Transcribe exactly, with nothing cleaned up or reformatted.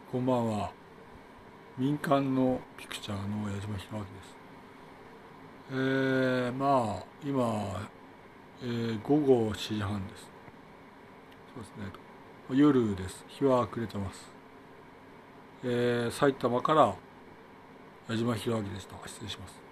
こんばんは。民間のピクチャーの矢島弘明です。えー、まあ、今、えー、午後しちじはんです。そうですね。夜です。日は暮れてます。えー、埼玉から矢島弘明でした。失礼します。